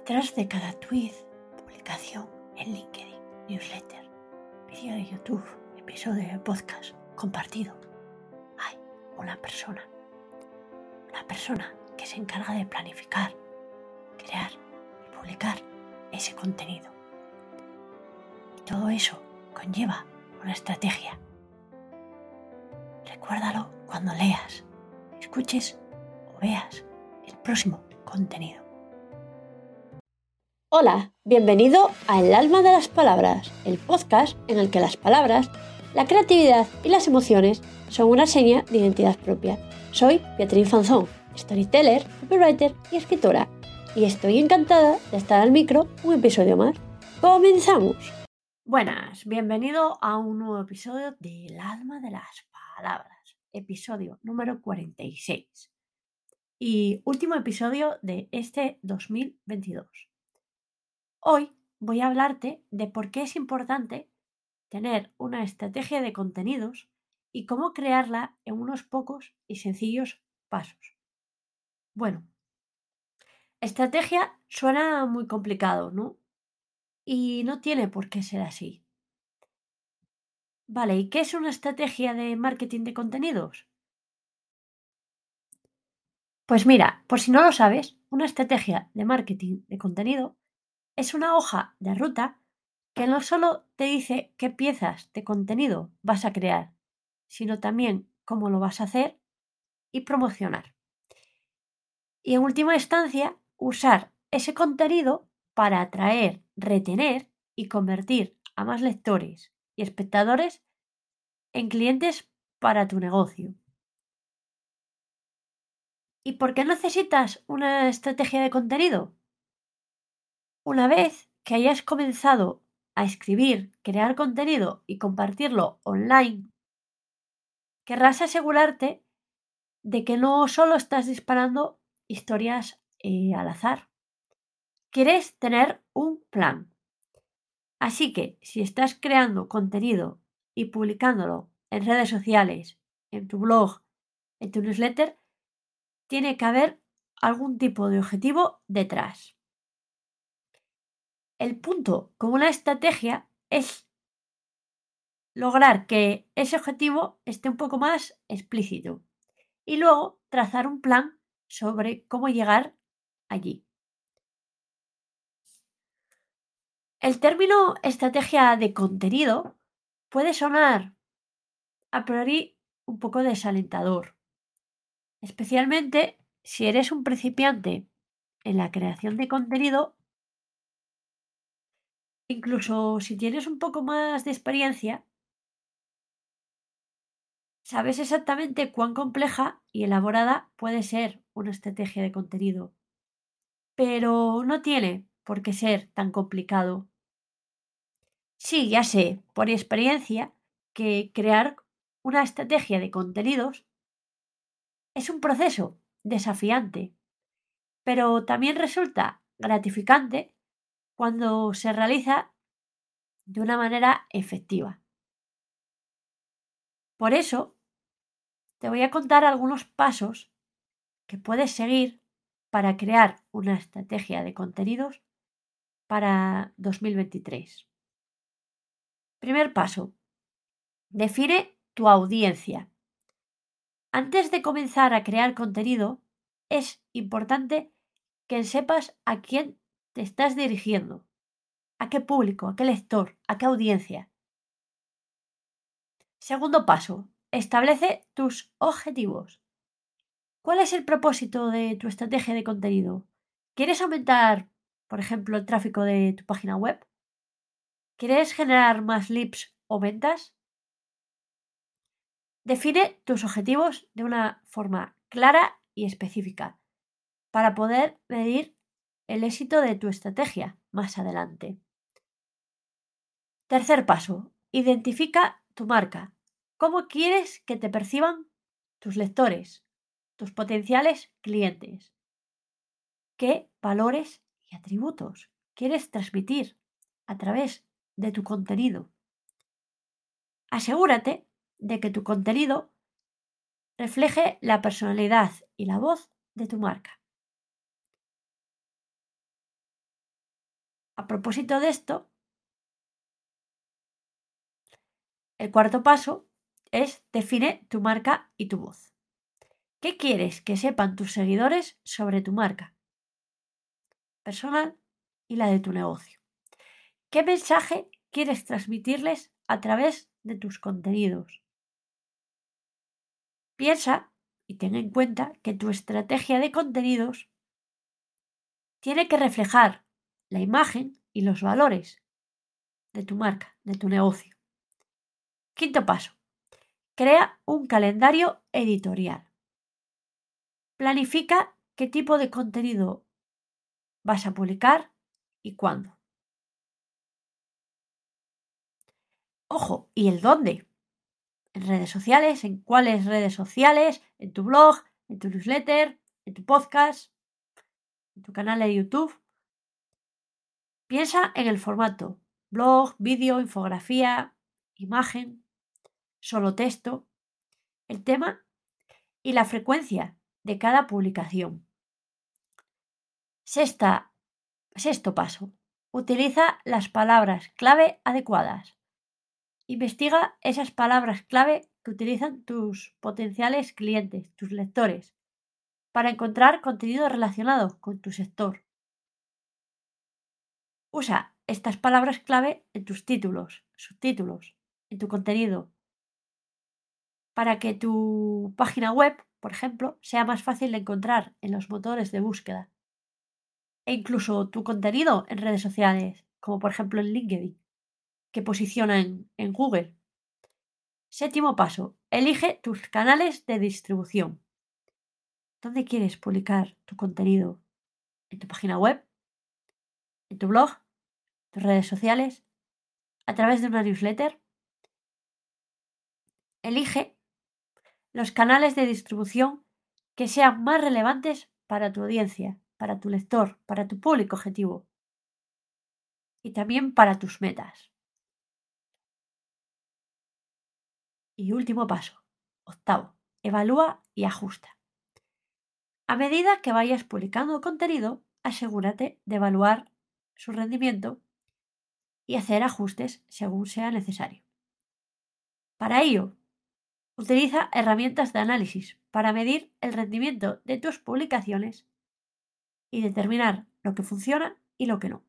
Detrás de cada tweet, publicación en LinkedIn, newsletter, vídeo de YouTube, episodio de podcast compartido, hay una persona que se encarga de planificar, crear y publicar ese contenido. Y todo eso conlleva una estrategia. Recuérdalo cuando leas, escuches o veas el próximo contenido. Hola, bienvenido a El alma de las palabras, el podcast en el que las palabras, la creatividad y las emociones son una seña de identidad propia. Soy Beatriz Fanzón, storyteller, copywriter y escritora, y estoy encantada de estar al micro un episodio más. ¡Comenzamos! Buenas, bienvenido a un nuevo episodio de El alma de las palabras, episodio número 46 y último episodio de este 2022. Hoy voy a hablarte de por qué es importante tener una estrategia de contenidos y cómo crearla en unos pocos y sencillos pasos. Bueno, estrategia suena muy complicado, ¿no? Y no tiene por qué ser así. Vale, ¿y qué es una estrategia de marketing de contenidos? Pues mira, por si no lo sabes, una estrategia de marketing de contenido es una hoja de ruta que no solo te dice qué piezas de contenido vas a crear, sino también cómo lo vas a hacer y promocionar. Y en última instancia, usar ese contenido para atraer, retener y convertir a más lectores y espectadores en clientes para tu negocio. ¿Y por qué necesitas una estrategia de contenido? Una vez que hayas comenzado a escribir, crear contenido y compartirlo online, querrás asegurarte de que no solo estás disparando historias al azar. Quieres tener un plan. Así que si estás creando contenido y publicándolo en redes sociales, en tu blog, en tu newsletter, tiene que haber algún tipo de objetivo detrás. El punto con una estrategia es lograr que ese objetivo esté un poco más explícito y luego trazar un plan sobre cómo llegar allí. El término estrategia de contenido puede sonar a priori un poco desalentador, especialmente si eres un principiante en la creación de contenido. Incluso si tienes un poco más de experiencia, sabes exactamente cuán compleja y elaborada puede ser una estrategia de contenido, pero no tiene por qué ser tan complicado. Sí, ya sé, por experiencia, que crear una estrategia de contenidos es un proceso desafiante, pero también resulta gratificante cuando se realiza de una manera efectiva. Por eso, te voy a contar algunos pasos que puedes seguir para crear una estrategia de contenidos para 2023. Primer paso, define tu audiencia. Antes de comenzar a crear contenido, es importante que sepas a quién te estás dirigiendo, a qué público, a qué lector, a qué audiencia. Segundo paso, establece tus objetivos. ¿Cuál es el propósito de tu estrategia de contenido? ¿Quieres aumentar, por ejemplo, el tráfico de tu página web? ¿Quieres generar más leads o ventas? Define tus objetivos de una forma clara y específica para poder medir el éxito de tu estrategia más adelante. Tercer paso, identifica tu marca. ¿Cómo quieres que te perciban tus lectores, tus potenciales clientes? ¿Qué valores y atributos quieres transmitir a través de tu contenido? Asegúrate de que tu contenido refleje la personalidad y la voz de tu marca. A propósito de esto, el cuarto paso es define tu marca y tu voz. ¿Qué quieres que sepan tus seguidores sobre tu marca personal y la de tu negocio? ¿Qué mensaje quieres transmitirles a través de tus contenidos? Piensa y ten en cuenta que tu estrategia de contenidos tiene que reflejar la imagen y los valores de tu marca, de tu negocio. Quinto paso. Crea un calendario editorial. Planifica qué tipo de contenido vas a publicar y cuándo. Ojo, ¿y el dónde? ¿En redes sociales? ¿En cuáles redes sociales? ¿En tu blog? ¿En tu newsletter? ¿En tu podcast? ¿En tu canal de YouTube? Piensa en el formato: blog, vídeo, infografía, imagen, solo texto, el tema y la frecuencia de cada publicación. Sexto paso. Utiliza las palabras clave adecuadas. Investiga esas palabras clave que utilizan tus potenciales clientes, tus lectores, para encontrar contenido relacionado con tu sector. Usa estas palabras clave en tus títulos, subtítulos, en tu contenido, para que tu página web, por ejemplo, sea más fácil de encontrar en los motores de búsqueda. E incluso tu contenido en redes sociales, como por ejemplo en LinkedIn, que posiciona en Google. Séptimo paso. Elige tus canales de distribución. ¿Dónde quieres publicar tu contenido? ¿En tu página web? ¿En tu blog? ¿Tus redes sociales? ¿A través de una newsletter? Elige los canales de distribución que sean más relevantes para tu audiencia, para tu lector, para tu público objetivo y también para tus metas. Y último paso, octavo, evalúa y ajusta. A medida que vayas publicando contenido, asegúrate de evaluar su rendimiento y hacer ajustes según sea necesario. Para ello, utiliza herramientas de análisis para medir el rendimiento de tus publicaciones y determinar lo que funciona y lo que no.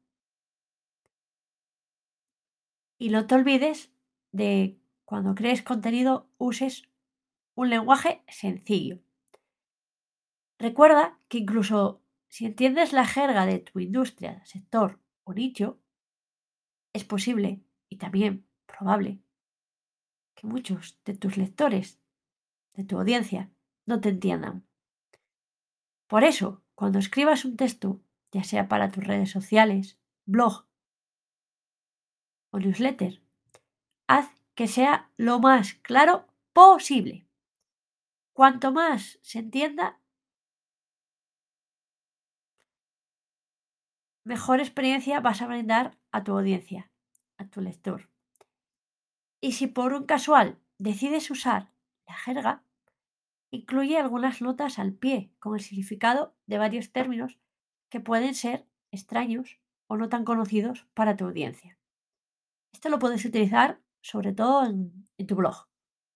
Y no te olvides de, cuando crees contenido, uses un lenguaje sencillo. Recuerda que incluso si entiendes la jerga de tu industria, sector o nicho, es posible y también probable que muchos de tus lectores, de tu audiencia, no te entiendan. Por eso, cuando escribas un texto, ya sea para tus redes sociales, blog o newsletter, haz que sea lo más claro posible. Cuanto más se entienda, mejor experiencia vas a brindar a tu audiencia, a tu lector. Y si por un casual decides usar la jerga, incluye algunas notas al pie con el significado de varios términos que pueden ser extraños o no tan conocidos para tu audiencia. Esto lo puedes utilizar sobre todo en tu blog.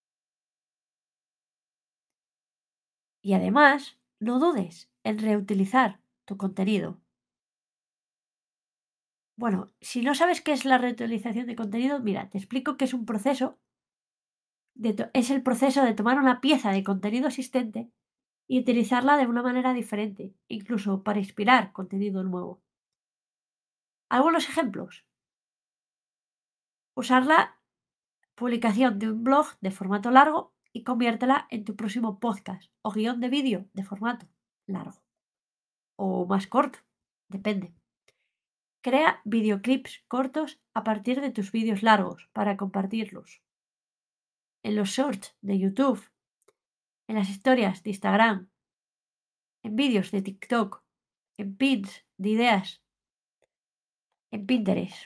Y además, no dudes en reutilizar tu contenido. Bueno, si no sabes qué es la reutilización de contenido, mira, te explico que es un proceso. Es el proceso de tomar una pieza de contenido existente y utilizarla de una manera diferente, incluso para inspirar contenido nuevo. Algunos ejemplos. Usar la publicación de un blog de formato largo y conviértela en tu próximo podcast o guión de vídeo de formato largo o más corto, depende. Crea videoclips cortos a partir de tus vídeos largos para compartirlos. En los shorts de YouTube, en las historias de Instagram, en vídeos de TikTok, en pins de ideas, en Pinterest.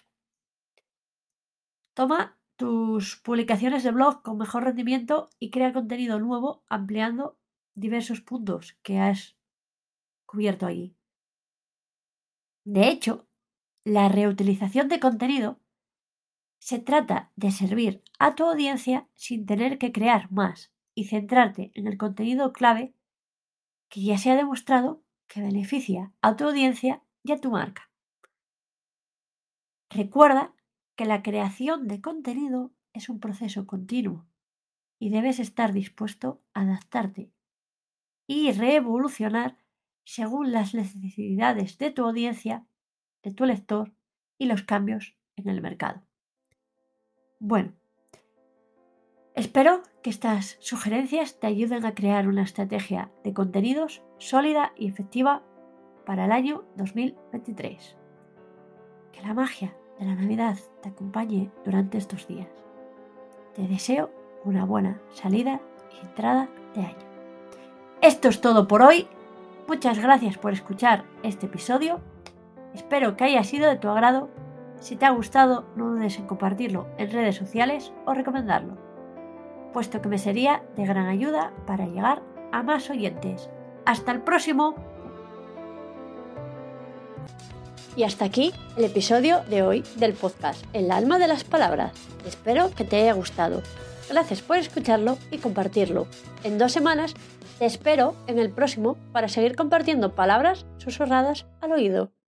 Toma tus publicaciones de blog con mejor rendimiento y crea contenido nuevo ampliando diversos puntos que has cubierto allí. De hecho, La reutilización de contenido se trata de servir a tu audiencia sin tener que crear más y centrarte en el contenido clave que ya se ha demostrado que beneficia a tu audiencia y a tu marca. Recuerda que la creación de contenido es un proceso continuo y debes estar dispuesto a adaptarte y reevolucionar según las necesidades de tu audiencia, de tu lector y los cambios en el mercado. Bueno, espero que estas sugerencias te ayuden a crear una estrategia de contenidos sólida y efectiva para el año 2023. Que la magia de la Navidad te acompañe durante estos días. Te deseo una buena salida y entrada de año. Esto es todo por hoy. Muchas gracias por escuchar este episodio. Espero que haya sido de tu agrado. Si te ha gustado, no dudes en compartirlo en redes sociales o recomendarlo, puesto que me sería de gran ayuda para llegar a más oyentes. ¡Hasta el próximo! Y hasta aquí el episodio de hoy del podcast El alma de las palabras. Espero que te haya gustado. Gracias por escucharlo y compartirlo. En 2 semanas te espero en el próximo para seguir compartiendo palabras susurradas al oído.